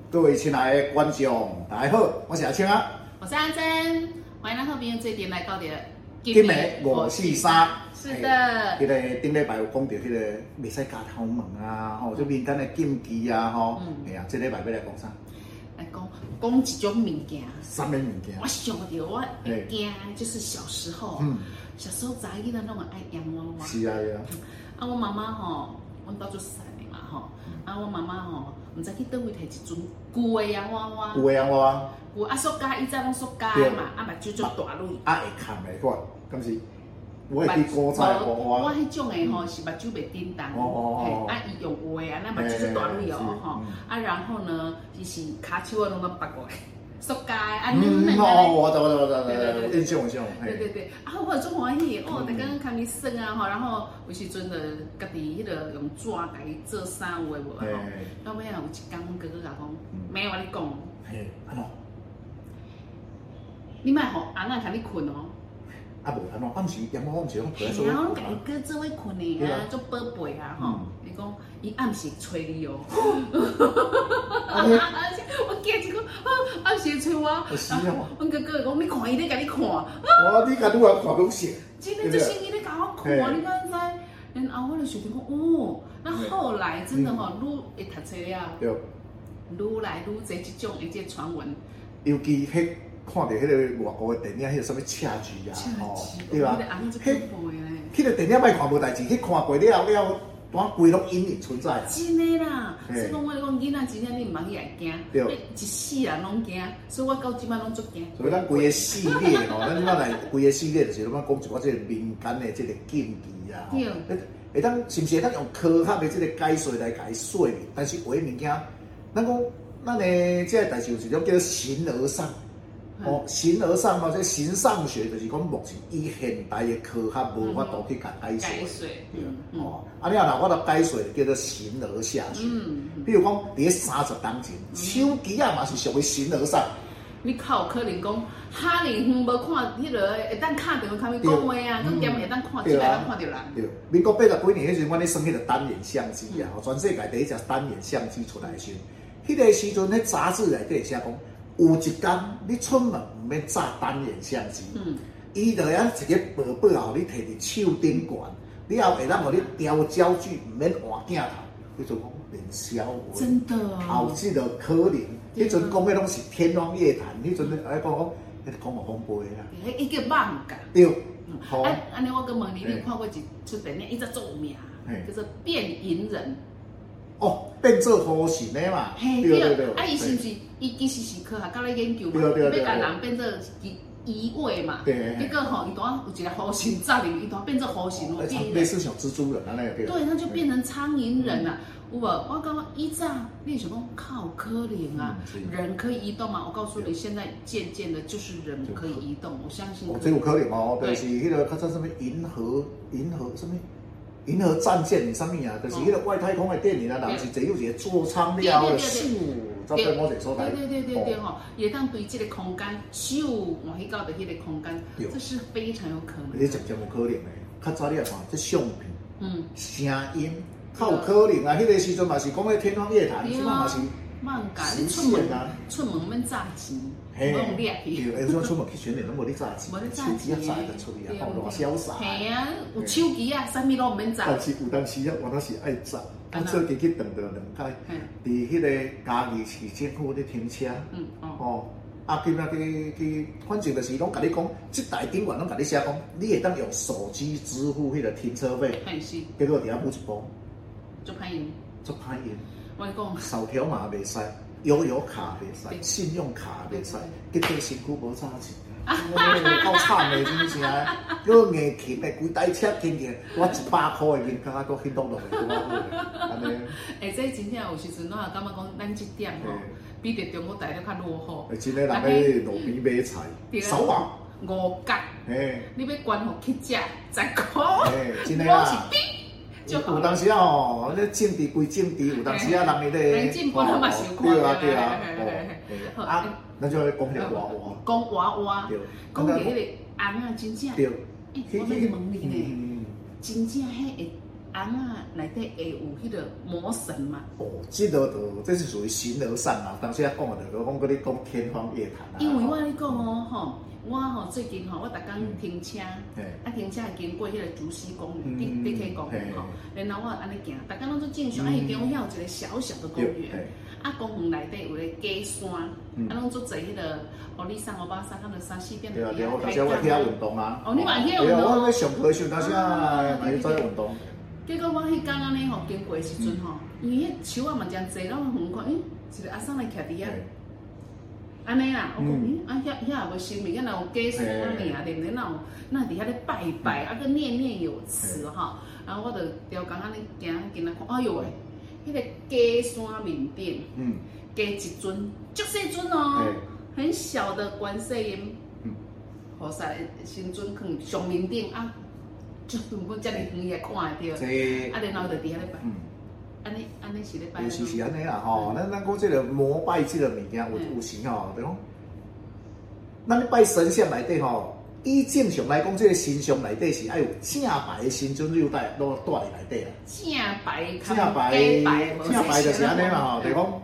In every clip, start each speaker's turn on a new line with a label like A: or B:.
A: 各位亲爱的观众，大家好，我是阿青啊，
B: 我是阿珍，欢迎咱好朋友这点来到的
A: 今日543。
B: 是的，
A: 迄个顶礼拜有讲到迄个袂使加头毛啊，吼，就民间的禁忌啊，吼，哎呀，这礼拜要来讲啥？
B: 来讲一种物件。
A: 啥物物件？
B: 我想到我会惊，就是小时候，小时候查囡仔拢会爱洋娃娃。
A: 是啊，是啊。
B: 啊，我妈妈吼，阮兜做散的嘛吼，啊，我妈妈吼，唔知去倒位摕一尊旧的洋娃娃。
A: 旧的洋娃娃。
B: 旧啊，塑胶，以前拢塑胶的嘛，啊，目睭足大蕊。
A: 啊，会看的款，敢是？我会去古早的娃娃。
B: 我迄种的吼是目睭袂叮当，啊，伊用画的，咱目睭足大蕊哦吼，啊，然后呢，就是骹手啊拢咧拔过来。塑胶的啊，
A: 我知，印象。
B: 对，啊，我有足欢喜哦，大家看你耍啊吼，然后有时阵的家己迄个用纸甲伊做衫有诶无吼，到尾啊有一天阮哥哥甲讲，没我你讲，
A: 安怎？
B: 你莫互翁仔甲你困哦。
A: 啊无安怎？暗时洋娃娃毋是讲陪做。
B: 然后家己搁做位困的啊，做宝贝啊吼，伊讲伊暗时催你哦。我惊一个，暗时催我。
A: 是啊。
B: 阮哥哥讲，你看伊咧甲你看。
A: 你甲愈啊看愈熟。
B: 真的就是伊咧甲我看，你敢知？然后我就想着讲，哦，那后来真的吼，愈会读册了，愈来愈侪即种的这传闻。
A: 尤其迄看到迄个外国的电影，迄个什么车剧啊，吼，对吧？迄个电影莫看无代志，去看过了。当规拢阴影存在。
B: 真的啦，所以讲我讲囡仔真正你唔通去爱惊，一世人拢惊，所以我到即摆拢足惊。
A: 所以咱规个系列吼，咱即摆来规个系列就是咱讲一寡即个民间的即个禁忌啊，会当是毋是会当用科学的即个解说来甲伊说明？但是有诶物件，咱讲咱的即个代志有一种叫做形而上。形而上嘛，这形上学就是讲目前以现代的科学无法度去甲解说，啊，你若我来解说叫做形而下学。比如讲，伫咧30当前，手机啊嘛是属于形而上。
B: 你较有可能讲，哈尼远无看迄个，会当敲电话开咪讲话啊，咁点会当看，即摆当看到人。
A: 对，民国80几年迄时，阮咧耍迄个单眼相机啊，全世界第一只单眼相机出来时，迄个时阵咧杂志内底会写讲。有一天，你出门唔免揸单眼相机，伊就样一个宝宝啊，你摕伫手顶管，你后会当互你调焦距，唔免换镜头，叫做讲连销。
B: 真的。
A: 后即个可能，迄阵讲的拢是天方夜谭，迄阵讲迄讲互风杯啦。
B: 迄叫妄讲。
A: 对。
B: 安尼我佮问你，你有看过一出电影，伊只做有名，叫做《变银人》。
A: 变做好神的嘛。
B: 对。啊，伊是毋是？伊其实是科学家咧研究嘛，要甲人变做移位嘛。结果吼，伊当有一个好神扎入，伊当变做好神咯。
A: 类似像蜘蛛人啊那个。
B: 对，他就变成苍蝇人了。有无？我刚刚以前你想讲靠可能啊，人可以移动嘛？我告诉你，现在渐渐的就是人可以移动，我相信。
A: 这有可能哦，就是迄个较早什么银河什么。银河战舰啥物啊？就是迄个外太空的电影啊，人是坐有一个座舱了，咻，走到某一个所在。
B: 对吼，也当对这个空间咻往去到的迄个空间，这是非常有可能。
A: 你直接有可能的，较早你来看这相片，声音，较有可能啊。迄个时阵嘛是讲咧天方夜谭，即嘛嘛是。
B: 慢讲，你出门免炸钱，用掠去。
A: 有种出门去选点拢无咧炸钱，
B: 无咧炸
A: 钱一炸就出去啊，偌潇洒。
B: 系啊，有手机啊，啥物拢毋免炸。
A: 但是有当时啊，我那是爱炸。我做机去撞到2摆，伫迄个嘉义市政府咧停车，今仔去，反正就是拢甲你讲，即台顶管拢甲你写讲，你会当用手机支付迄个停车费。结果伫遐付一步，
B: 足歹用。我讲，
A: 扫条码袂使，悠游卡袂使，信用卡袂使，结果身躯无差钱，够惨的真正。个硬停的，规台车停起，我100块的银卡都去落落的，安尼。
B: 这真正有时阵，我也感觉讲，咱这点吼，比伫中国大陆较落后。
A: 真的人咧路边买菜，扫码
B: 5角，你要关互去食10块，
A: 真的啦。
B: 有
A: 当时啊吼，咧政治归政治，有当时啊人咧
B: 进步嘛是有看
A: 到。对啊。咱就讲个娃娃。
B: 讲娃娃，讲到迄个翁啊，真正。
A: 对。
B: 我要问你咧，真正迄会红啊内底会有迄个魔神嘛？
A: 哦，这是属于形而上啊。当时啊讲的，就讲你讲天方夜谭啊。
B: 因为我跟你讲哦，吼，我最近吼，我逐工停车，停车会经过迄个竹溪公园、地铁公园吼，然后我安尼行，逐工拢做正常，迄边有一个小小的公园，公园内底有个假山，拢做侪迄个互你送5巴山，可能3、4点就
A: 对啊，我当时我去遐运动啊。
B: 哦，你嘛去遐运动？
A: 我要上课时，当时啊，去做运动。
B: 结果我迄天安尼吼经过的时阵吼，因为迄树仔嘛真济，咱远看，一个阿桑来徛伫遐，安尼啦，我讲，遐也无生命，若有假山尔，对不对？那伫遐咧拜拜，个念念有词哈。然后我就条工安尼行进来看，哎呦喂，迄个假山面顶，加一尊，足细尊哦，很小的观世音菩萨的神尊放上面顶啊。就我遮尔远也看会到，然后就伫遐咧拜，安尼是咧拜。
A: 是安尼啦吼，咱讲这个膜拜这个物件有时吼，就讲，咱拜神像内底吼，以正常来讲，这个神像内底是爱有正牌的神尊肉带都带伫内底啦。正牌就是安尼嘛吼，就讲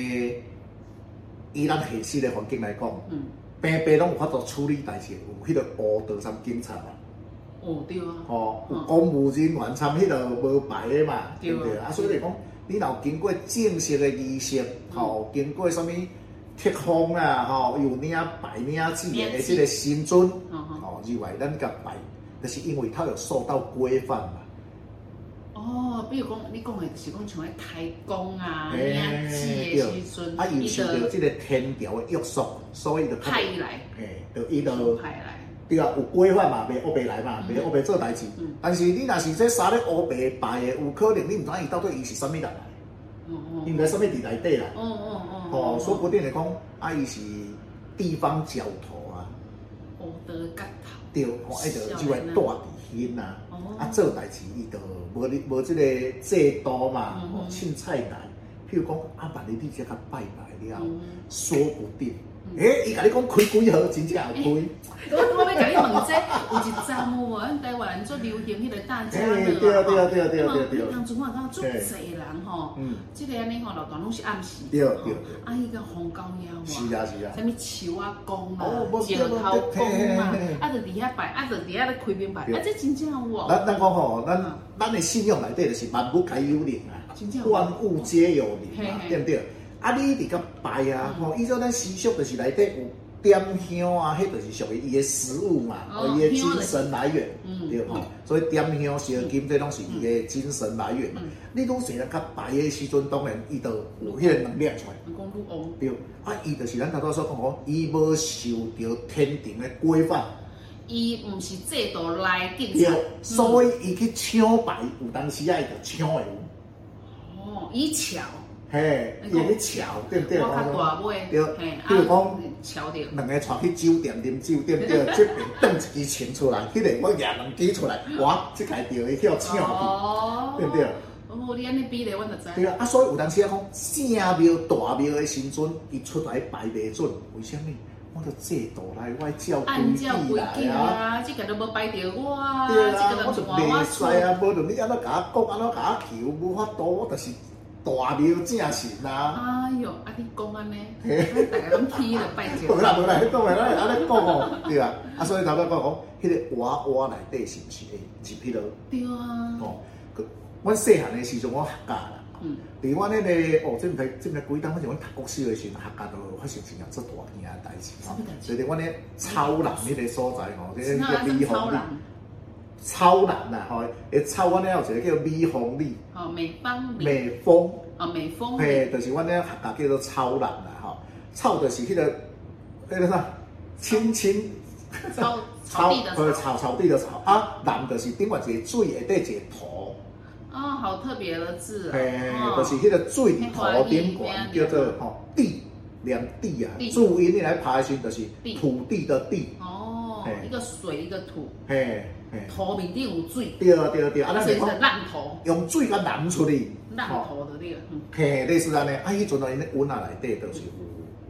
A: 以咱现实的环境来讲，平平拢有法度处理代志，有迄个乌道参警察嘛。
B: 哦，对啊。
A: 吼，有公务人员参迄个无牌的嘛，对不对？所以来讲，你若有经过正式的仪式，吼，经过什么贴封啦，吼，有领牌领纸的这个神尊，吼，以外咱甲拜，就是因为它有受到规范嘛。
B: 哦，比如讲，你讲的就是讲像咧开工啊、领纸的时阵，
A: 伊受到这个天条的约束，所以就
B: 派来，
A: 就伊就
B: 派来。
A: 对啊，有规范嘛，袂黑白来嘛，袂黑白做代志。但是你若是这三咧黑白拜的，有可能你唔知伊到底伊是啥物人来，伊唔知啥物伫内底啦。哦，说不定来讲，伊是地方角头啊。
B: 黑道角头。
A: 对，伊就就来带伫遐啊，做代志伊就无这个制度嘛，凊彩来。譬如讲，万一你只甲拜拜了，说不定。伊甲你讲开几号，真正有开。
B: 我要甲你问这，有一站有无？咱台湾最流行迄个大家乐
A: 对。
B: 当阵我感觉足侪人吼，即个安尼吼，老大拢是暗时。
A: 对。
B: 迄个红高腰啊。
A: 是啊。
B: 啥物树啊公啊，石头公嘛，就伫遐拜，就伫遐咧开面拜，这真正有哦。
A: 咱讲吼，咱的信仰内底就是万物皆有灵啊，万物皆有灵嘛，对不对？你伫甲拜啊，吼，依照咱习俗就是内底有点香啊，迄就是属于伊的食物嘛，伊的精神来源，对吼。所以点香、烧金，这拢是伊的精神来源。你愈成日甲拜的时阵，当然伊就有迄个能量出来。对，伊就是咱头拄所讲吼，伊无受到天庭的规范，
B: 伊毋是制度来定。
A: 对，所以伊去抢拜，有当时啊，伊就抢会有。
B: 哦，伊巧。
A: 嘿，伊咧桥，对不对？
B: 我较大尾，
A: 对，比如讲，
B: 桥着，
A: 两个带去酒店啉酒，对不对？这边蹬一支钱出来，迄个我举两支出来，哇，这个着伊去互抢去，对不对？
B: 哦，你安尼比咧，我就知。
A: 对啊，所以有当时啊讲，正庙大庙的神尊，伊出来拜袂准，为什么？我着制度来，我照规矩来啊！
B: 这个都无拜着我啊！
A: 对啊，我就袂使啊，无论你安怎甲我讲，安怎甲我求，无法度，我就是。大庙正神啊！
B: 哎呦，你讲安尼，大家拢去了拜祭。
A: 无啦，讲的咱安尼讲哦，对啊。所以头先讲，迄个娃内底是毋是会入去了？
B: 对啊。
A: 哦，阮细汉的时阵，我学教啦。伫阮迄个这几当，反正阮读国小的时阵，学教就发生一件做大件的代志吼。就是阮咧草人迄个所在吼，这个美丰里。超人呐，吼，超阮咧有一个叫美丰里。
B: 哦，美丰。美丰。
A: 嘿，就是阮咧学校叫做超人啦，吼，草就是迄个啥，青
B: 草地的草。
A: 草地的草啊，人就是顶外一个水下底一个土。
B: 哦，好特别的字。
A: 嘿，就是迄个水土顶管叫做吼地，两地啊，注音你来爬时就是土地的地。
B: 哦，一个水一个土。
A: 嘿。
B: 土面顶有水，
A: 对，
B: 啊，所以是烂土，
A: 用水甲淋出去，
B: 烂土的那个，
A: 嘿，类似安尼，迄阵啊，因咧温啊内底都是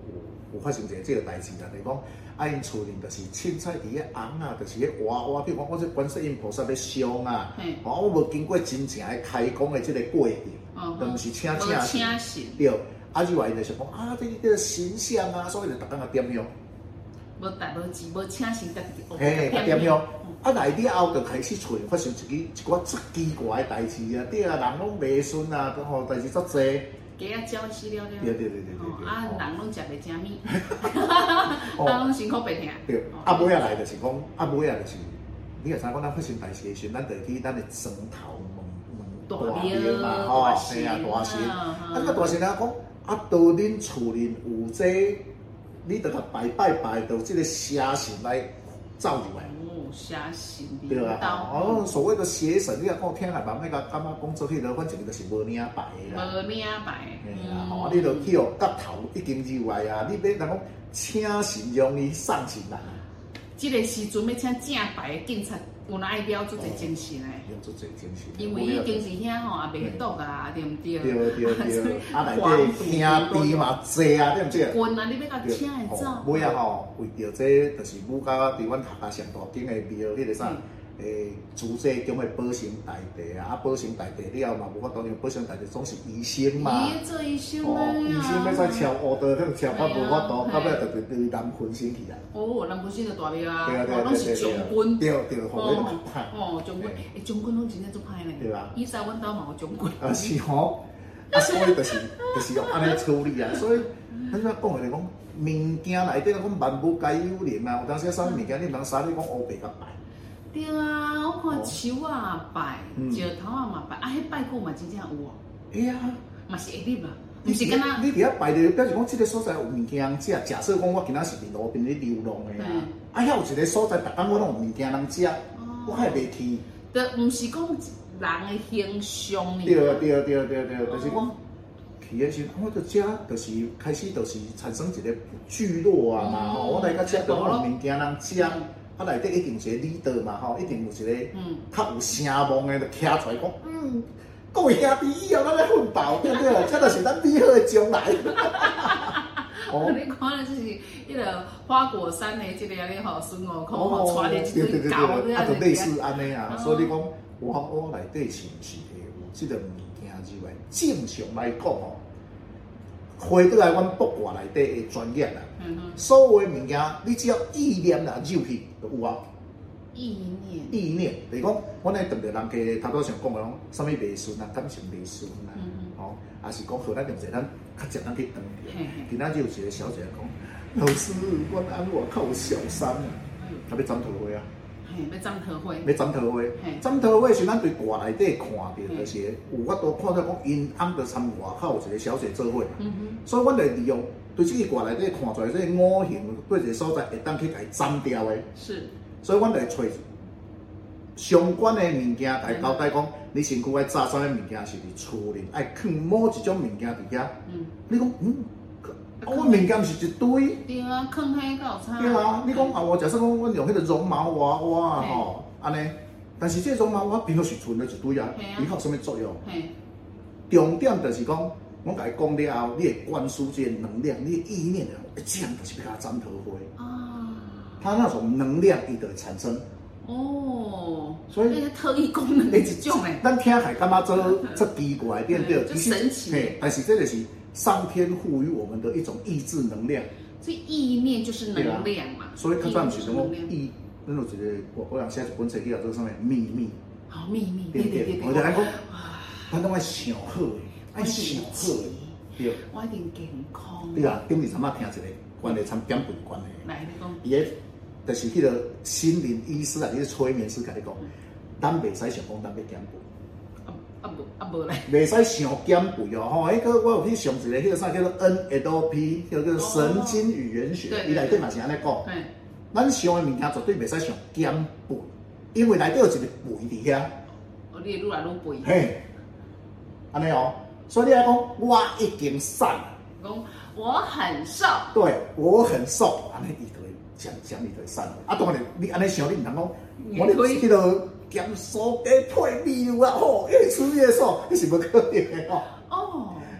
A: 有发生一个这个代志啦，就是讲啊，因厝里就是凊彩伫个红啊，就是个活，比如讲我这观世音菩萨要上啊，我无经过真正的开光的这个过程，就毋是请神，对。啊，以外因就想讲啊，这个形象啊，所以就逐工啊点香。
B: 无请神，
A: 嘿，点香。啊，来了后就开始出现发生一寡足奇怪的代志啊，对啊，人拢袂顺啊，吼，代志足济。
B: 鸡啊鸟死了了。
A: 对。
B: 啊，人拢食袂正米，啊，拢辛苦白疼。
A: 对，啊尾仔来就是讲，啊尾仔就是，你若知讲咱发生代志的时，咱就去咱的床头问大庙嘛，吼，嘿啊，大神。啊，个大神啊讲，啊，到恁厝里有这，你着甲拜，着这个邪神来走入来。
B: 邪神
A: 对啊，所谓的邪神，你若讲听下慢慢甲感觉讲做迄个，反正就是无领牌的啦。
B: 无领牌。
A: 嘿啊，吼，你着去哦，角头已经入来啊，你要人讲请神容易送神难。
B: 这个时阵要请正牌的警察，有哪爱了做侪精神诶？
A: 用做侪精神。
B: 因为已经是遐吼，也袂毒啊，对毋对？
A: 对，啊内底兄弟嘛济啊，对毋对？
B: 棍啊，你要甲请会走？
A: 尾啊吼，为着这就是武甲伫阮客家上大间的庙，迄个啥？主祭中的保生大帝啊，保生大帝了嘛，无法当然保生大帝总是医生嘛。
B: 做医生啊！
A: 医生要使超乌道，迄超法无法度，到尾就对南昆先去啊。
B: 南昆先就大庙啊，
A: 拢
B: 是将军。
A: 对，互你歹。
B: 将军，将军拢真正足歹咧。
A: 对吧？
B: 以前阮兜嘛有将军。
A: 啊是吼，啊所以就是用安尼处理啊，所以咱讲就是讲物件内底讲万物皆有灵啊，有当时啥物物件你毋通杀你讲乌白甲白。
B: 对啊，我看树啊拜，石头啊嘛拜，啊，迄拜过嘛真正有哦。
A: 哎呀，
B: 嘛是会入啊，毋是敢若。
A: 你伫遐拜着，表示讲即个所在有物件食。假设讲我今仔是伫路边咧流浪的啊，啊遐有一个所在，逐工我拢有物件通食，我还袂去。
B: 就毋是讲人的形象呢。
A: 对，就是讲去的时候，我就遮就是开始就是产生一个聚落啊嘛，吼，我来到遮就我有物件通食。啊，内底一定是个leader嘛，吼，一定有一个较有声望的，就徛出来讲，各位兄弟，以后咱来奋斗，对不对？这就是咱美好的将来。
B: 你看的就是迄个花果山的这个安尼吼，孙悟空吼，带着一堆狗，
A: 啊，就类似安尼啊。所以你讲，我内底是毋是会有这个物件之外，正常来讲吼。回倒来，阮卜卦内底的专业啦。所有的物件，你只要意念啦入去，就有啊。意念，就是讲，阮咧当着人家头拄上讲的讲，啥物袂顺啊，感情袂顺啊，吼，也是讲，互咱用者咱较食咱去当着。今仔日有一个小姐讲，老师，阮安我靠小三啊，啊要斩桃花啊。
B: 要斩桃花，
A: 斩桃花是咱对卦内底看到，就是有法度看到讲因翁着参外口有一个小姐做伙，所以阮来利用对这个卦内底看出来，这个五行对一个所在会当去甲伊斩掉的。
B: 是，
A: 所以阮来找相关的物件来交代讲，你身躯爱炸啥物物件是伫厝里，爱放某一种物件伫遐。你讲我物件毋是一堆。
B: 对啊，放遐够差。
A: 对啊，你讲我假设讲阮用迄个绒毛娃娃啊吼，安尼，但是这绒毛娃并不是存了一堆啊，伊有啥物作用？重点就是讲，我甲你讲了后，你会灌输这个能量，你的意念的，这样就是要甲它斩桃花。啊。它那种能量伊就会产生。
B: 所以那个特异功能的一种诶。
A: 咱听还感觉这奇怪，对不对？
B: 就神奇。
A: 但是这个是上天赋予我们的一种意志能量。
B: 所以意念就是能量嘛。
A: 所以较早毋是讲意，咱有一个我人写一本册叫做啥物秘密。
B: 好秘密。
A: 对。我就讲，咱拢爱想好诶，爱想好诶。对。
B: 我一定健康。
A: 对啊，顶日咱仔听一个关于参减肥关系。
B: 来，你讲。
A: 伊个就是迄个心灵医师啊，伊个催眠师甲你讲，咱袂使想讲咱要减肥。
B: 无咧，
A: 袂使想减肥哦，吼！迄个我有去上一个迄个啥叫做 NLP， 叫做神经语言学，伊内底嘛是安尼讲。咱想的物件绝对袂使想减肥，因为内底有一个肥伫遐。
B: 你会愈来愈肥。
A: 嘿，安尼哦，所以你来讲，我已经瘦了。
B: 讲我很瘦。对，
A: 我很瘦，安尼伊就会讲伊就会瘦。啊，当然你安尼想，你毋通讲，我咧迄个。减素鸡配米乳啊，吼，越吃越瘦，那是无可能的吼。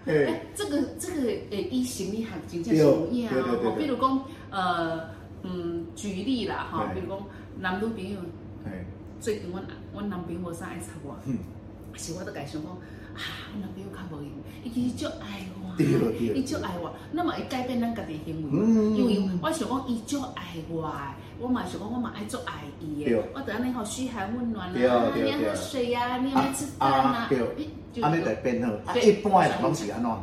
B: 这个以心理学真正是有影哦。比如讲，举例啦哈，比如讲男女朋友，最近阮男朋友无啥爱插我，是我都甲伊想讲，我男朋友较无用，伊其实足爱我，伊足爱我，那么会改变咱家己行为，因为我想讲伊足爱我，我嘛想讲我嘛爱足爱伊的，我得安尼好嘘寒问暖啊，你要喝水呀，你要来吃饭啊，
A: 安尼就变好。一般的人拢是安怎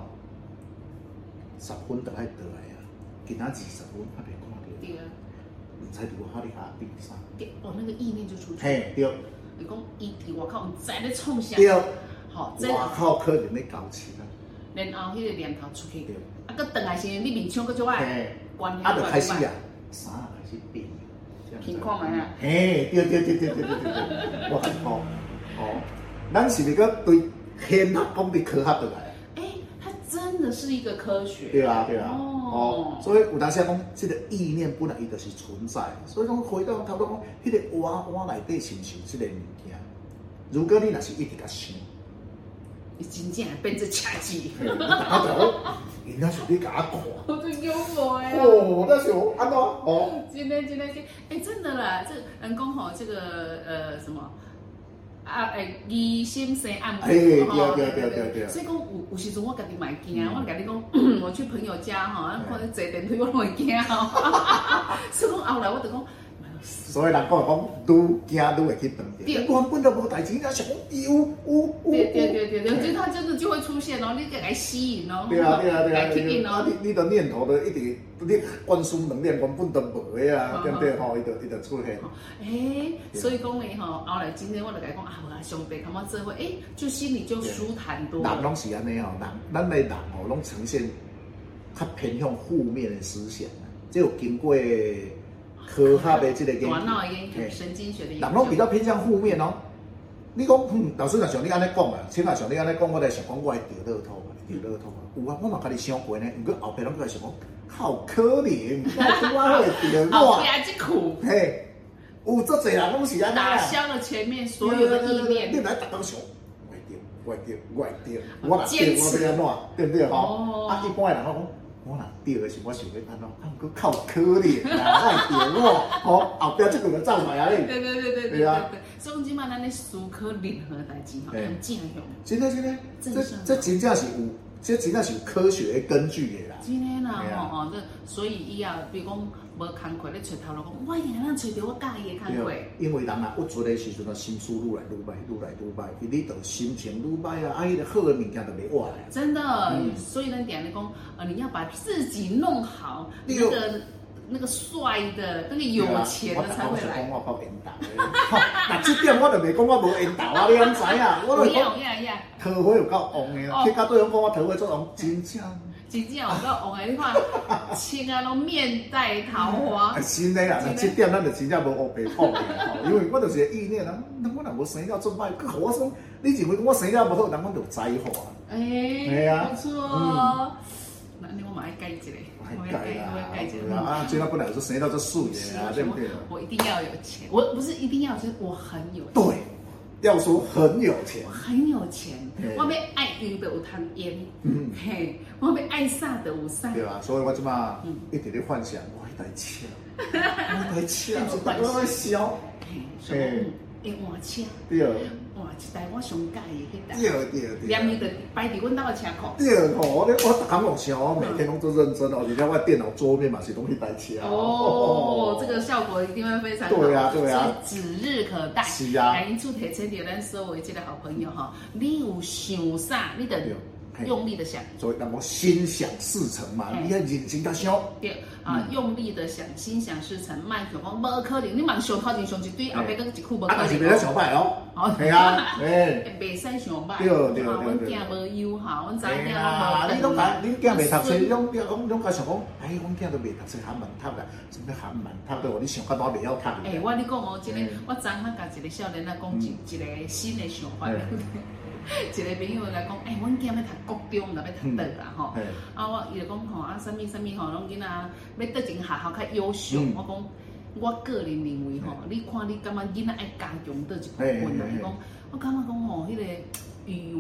A: ？10分就爱倒来啊，其他20分还袂看到。对啊，唔知伫我how你下变啥？
B: 那个意念就出去。
A: 嘿，对。
B: 你讲伊伫外口唔知咧创啥？
A: 对。
B: 好，
A: 外口可能咧搞钱啊。
B: 然后迄个念头出去，搁转来时你面腔搁做爱，关系
A: 就开始啊，衫开始变。
B: 情况嘛呀。
A: 嘿，对，我讲咱是咪个对天学讲的科学倒来？
B: 它真的是一个科学。
A: 对啊。所以有当时讲，这个意念本来伊就是存在，所以讲回到头讲，迄个碗内底是毋是有这个物件？如果你若是一直甲想，
B: 你真正变做车子。
A: 大家讲，人家是你甲我看。
B: 我真幽默哎。
A: 那是安怎？
B: 真的，真的啦，这人讲吼，这个什么？疑心生暗鬼，对。所以讲有时阵我家己蛮惊，我家己讲，我去朋友家吼，看你坐电梯我拢会惊吼。所以讲后来我就讲，
A: 所以人讲愈惊愈会去断掉。我本来无代志，人家想讲有。
B: 对，所以它真的就会出现哦，你给吸引哦。
A: 对啊，吸引哦。你的念头的一直你灌输能量根本都无的啊，对不对？吼，伊就出现。
B: 所以讲咧吼，后来今天我就甲伊讲上帝感觉做伙，就心里就舒坦多。
A: 人拢是安尼吼，咱的人吼，拢呈现较偏向负面的思想，这有经过科学的这个研究，
B: 神经学的研
A: 究，人拢比较偏向负面哦。你讲，老师若像你安尼讲啊，请啊像你安尼讲，我来想讲，我会得乐透嘛，有啊，我嘛家己想过呢，不过后壁拢在想讲，好可怜，我会得我。
B: 后壁这苦。
A: 嘿，有足侪人拢是安尼
B: 打消了前面所有的意念。
A: 你来逐工想，我得，我若得，我要安怎，对不对吼？一般的人讲。我若对的是，我想要安怎？佮靠可怜啦，爱对我，后壁这个就走来啊！
B: 对啊！所以即摆咱咧思考任何代志吼，用正向。
A: 真的，这真正是有，这真正是有科学的根据的啦。
B: 真的啦，吼，所以伊啊，比如讲无工课咧找头路讲，我一定咱找到我介意的工课。
A: 因为人啊，郁卒的时阵啊，心思愈来愈歹，你就心情愈歹啊，迄个好的物件就袂活来。
B: 真的，所以咱定咧讲，你要把自己弄好，那个帅的、那个有钱的才会来。
A: 我够缘投的，那这点我就袂讲我无缘投啊，你安知啊？我就讲桃花有够旺的，去到对方讲我桃花做旺，真正
B: 有够旺的，你看，亲啊，拢面带桃花。
A: 真的啦，这点咱就真正无黑白讲的，因为我就是意念啊，我若无生了做歹，佮我说，你认为我生了无好，人我就灾祸。
B: 不错。那我马上改一个，
A: 我改一个啊！这个本来是生到这水的啊，对不对？
B: 我一定要有钱，我不是一定要，就是我很有钱。
A: 对，要说很有钱。
B: 很有钱，我要爱用的有通用，嘿，我要爱啥的有啥。
A: 对啊，所以我即马一直咧幻想，我迄台车，我台车，我在笑，
B: 嘿，换车。
A: 对。
B: 哇，一台我上介意迄台，
A: 对，
B: 连伊就摆伫阮兜的车库。
A: 对我逐工拢想，我每天拢做认真哦，而且我电脑桌面嘛是拢迄台车。
B: 这个效果一定会非常好。
A: 对啊，
B: 指日可待。
A: 是啊，
B: 因此提醒着咱所有这个好朋友哈，你有想啥，你得用力的想。
A: 所以，我心想事成嘛，你要认真甲想。
B: 对啊，用力的想，心想事成，莫想讲无可能，你茫想头前想一堆，后壁佫一句无可能。
A: 是袂使想歹哦。系啊，
B: 袂使想歹。
A: 对。
B: 阮囝无忧哈，阮查囝
A: 你拢讲，恁囝袂读书，拢甲想讲，阮囝都袂读书，还蛮读啦，什么还蛮读的，你想到我袂晓读。
B: 我你讲哦，真个，我昨昏甲一个少年仔讲一个新的想法。一个朋友来讲，阮囝要读国中，若要读倒啦吼。我伊就讲吼，啥物吼，拢囡仔要倒一个学校较优秀。我讲，我个人认为吼，你看你感觉囡仔爱加强倒一部分啊？伊讲，我感觉讲吼，迄个语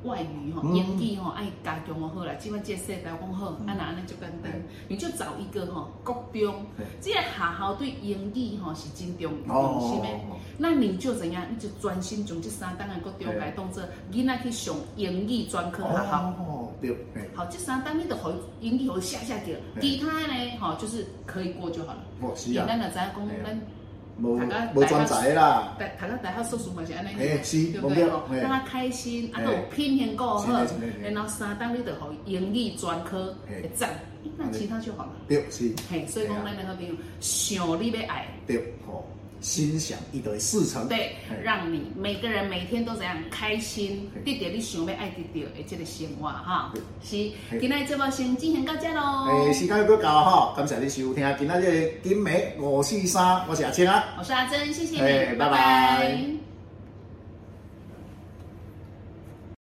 B: 外语吼，英语吼爱加强就好啦。即摆这世代讲好，啊那安尼就简单，你就找一个吼国中，这个学校对英语吼是真重要，是咩？那你就怎样？你就专心从这3档的国中来当做囡仔去上英语专科学校。
A: 哦，对。
B: 好，这3档你就好英语好下掉，其他呢吼就是可以过就好了。
A: 哦，是啊。
B: 咱就知影讲咱。
A: 无专才啦，
B: 读到大学硕士嘛是安尼，
A: 是，
B: 对不对？吼，让他开心，啊，都有品行够好，然后3档你就好英语专科会赞，那其他就好了。
A: 对，是。
B: 嘿，所以讲咱的好朋友，想你要爱，
A: 对，吼，心想一得事成。
B: 对，让你每个人每天都怎样开心，得到你想要爱得到的这个生活哈。是，今日节目先进行到这咯。
A: 时间又到哈，感谢你收听今仔日金梅543，我是阿青啊，
B: 我是阿珍，谢谢你，
A: 拜拜。